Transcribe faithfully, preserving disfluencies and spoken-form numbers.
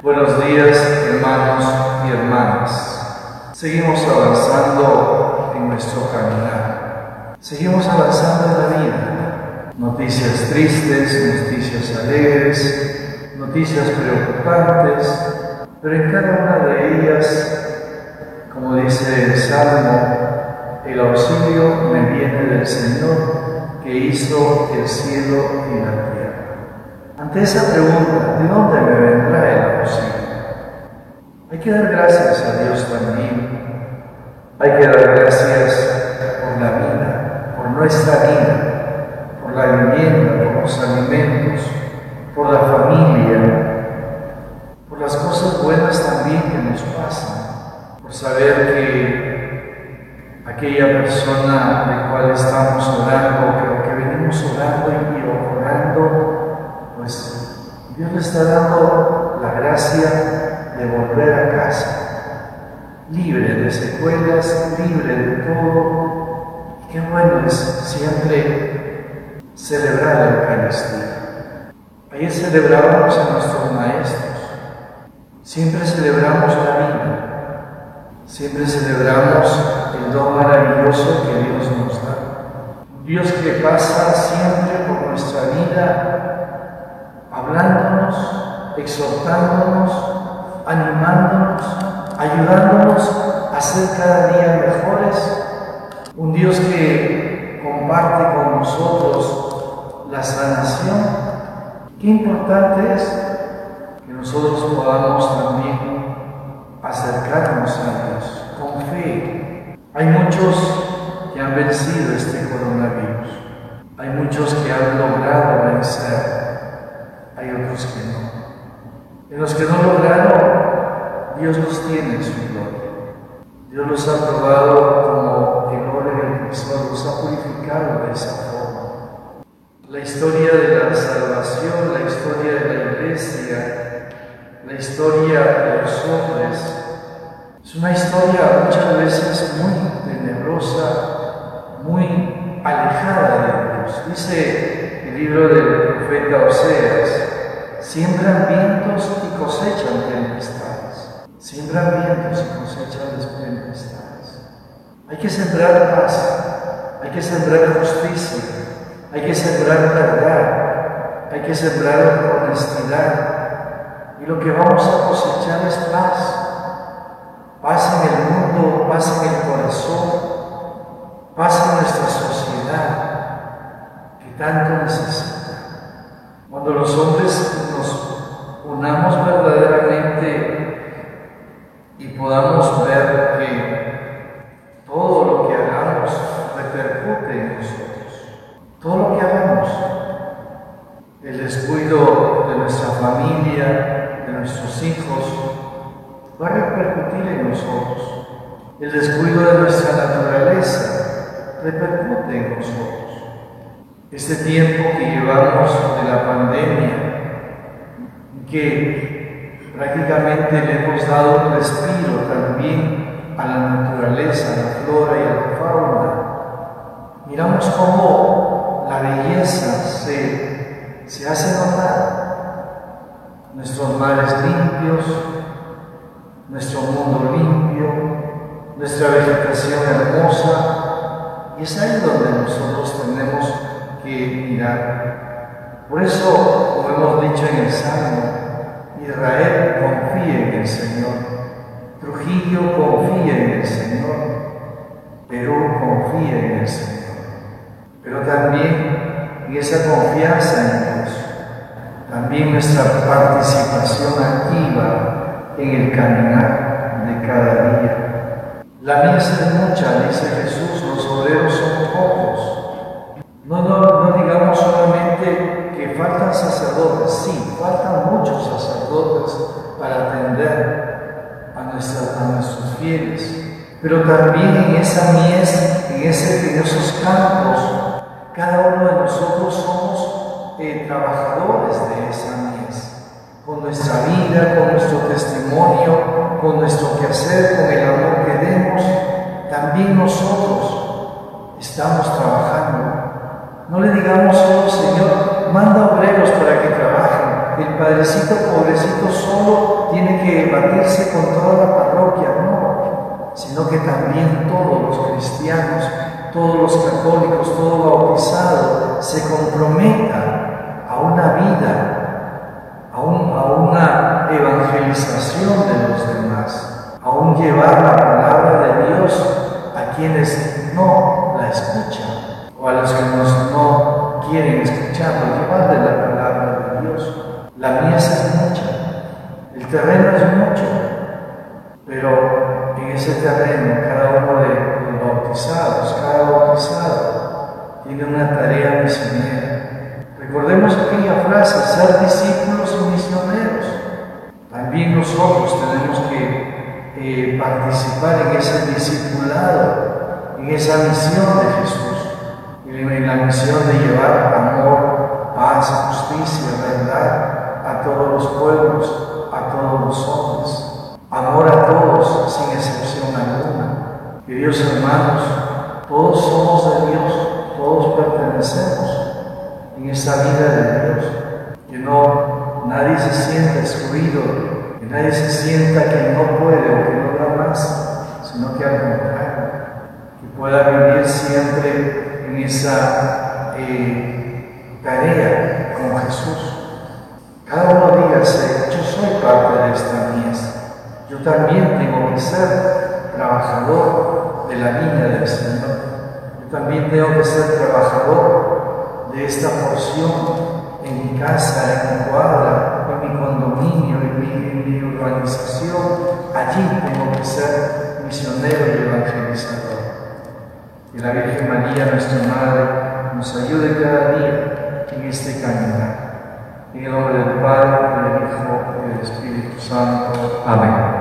Buenos días, hermanos y hermanas. Seguimos avanzando en nuestro caminar. Seguimos avanzando en la vida. Noticias tristes, noticias alegres, noticias preocupantes, pero en cada una de ellas, como dice el Salmo, el auxilio me viene del Señor que hizo el cielo y la tierra. Ante esa pregunta, ¿de dónde me vendrá el auxilio? Hay que dar gracias a Dios también. Hay que dar gracias por la vida, por nuestra vida, por la vivienda, por los alimentos, por la familia, por las cosas buenas también que nos pasan, por saber que aquella persona de la cual estamos orando, que, que venimos orando y orando, pues Dios le está dando la gracia de volver a casa, libre de secuelas, libre de todo. Y qué bueno es siempre celebrar la Eucaristía. Ayer celebrábamos a nuestros maestros, siempre celebramos la vida, siempre celebramos el don maravilloso que Dios nos da. Dios que pasa siempre por nuestra vida, hablándonos, exhortándonos, animándonos, ayudándonos a ser cada día mejores. Un Dios que comparte con nosotros la sanación. Qué importante es que nosotros podamos también acercarnos a Dios con fe. Hay muchos que han vencido este coronavirus. Hay muchos que han logrado vencer. Hay otros que no. En los que no lograron, Dios los tiene en su gloria. Dios los ha probado como el oro y el crisol, los ha purificado de esa forma. La historia de la salvación, la historia de la iglesia, la historia de los hombres, es una historia muchas veces muy tenebrosa, muy alejada de Dios. Dice el libro del profeta Oseas: siembran vientos y cosechan tempestades. Siembran vientos y cosechan tempestades. Hay que sembrar paz, hay que sembrar justicia, hay que sembrar verdad, hay que sembrar honestidad. Y lo que vamos a cosechar es paz. Paz en el mundo, paz en el corazón, paz en nuestra sociedad, que tanto necesita. Cuando los hombres nos unamos verdaderamente y podamos ver que todo lo que hagamos repercute en nosotros, todo lo que hagamos, el descuido de nuestra familia, de nuestros hijos, va a repercutir en nosotros. El descuido de nuestra naturaleza repercute en nosotros. Este tiempo que llevamos de la pandemia, que prácticamente le hemos dado un respiro también a la naturaleza, a la flora y a la fauna, miramos cómo la belleza se, se hace notar. Nuestros mares limpios, nuestro mundo limpio, nuestra vegetación hermosa, y es ahí donde nosotros tenemos que mirar. Por eso, como hemos dicho en el Salmo, Israel confía en el Señor, Trujillo confía en el Señor, Perú confía en el Señor. Pero también en esa confianza en Dios, también nuestra participación activa en el caminar de cada día. La mies es mucha, dice Jesús, los obreros son pocos. No, no, no digamos solamente que faltan sacerdotes, sí, faltan muchos sacerdotes para atender a, nuestra, a nuestros fieles, pero también en esa mies, en, ese, en esos campos, cada uno de nosotros somos eh, trabajadores de esa mies. Con nuestra vida, con nuestro testimonio, con nuestro quehacer, con el amor que demos, también nosotros estamos trabajando. No le digamos solo, Señor, manda obreros para que trabajen. El padrecito pobrecito solo tiene que batirse con toda la parroquia, no, sino que también todos los cristianos, todos los católicos, todo bautizado, se comprometa a una vida, a, un, a una evangelización de los demás, a un llevar la palabra de Dios a quienes no la escuchan, o a los que nos, no quieren escucharlo, llevarle la palabra de Dios. La mies es mucha, el terreno es mucho, pero en ese terreno cada uno de los bautizados, cada bautizado tiene una tarea misionera. Recordemos aquella frase, ser discípulos y misioneros. También nosotros tenemos que eh, participar en ese discipulado, en esa misión de Jesús, en la misión de llevar amor, paz, justicia, verdad a todos los pueblos, a todos los hombres. Amor a todos, sin excepción alguna. Queridos hermanos, todos somos de Dios, todos pertenecemos en esta vida de Dios. Que no, nadie se sienta excluido, que nadie se sienta que no puede o que no da más, sino que al contrario, que pueda vivir siempre en esa eh, tarea con Jesús. Cada uno dígase, yo soy parte de esta mies. Yo también tengo que ser trabajador de la viña del Señor. Yo también tengo que ser trabajador de esta porción en mi casa, en mi cuadra, en mi condominio, en mi, en mi urbanización. Allí tengo que ser misionero y evangelizador. Que la Virgen María, nuestra Madre, nos ayude cada día en este caminar. En el nombre del Padre, del Hijo y del Espíritu Santo. Amén.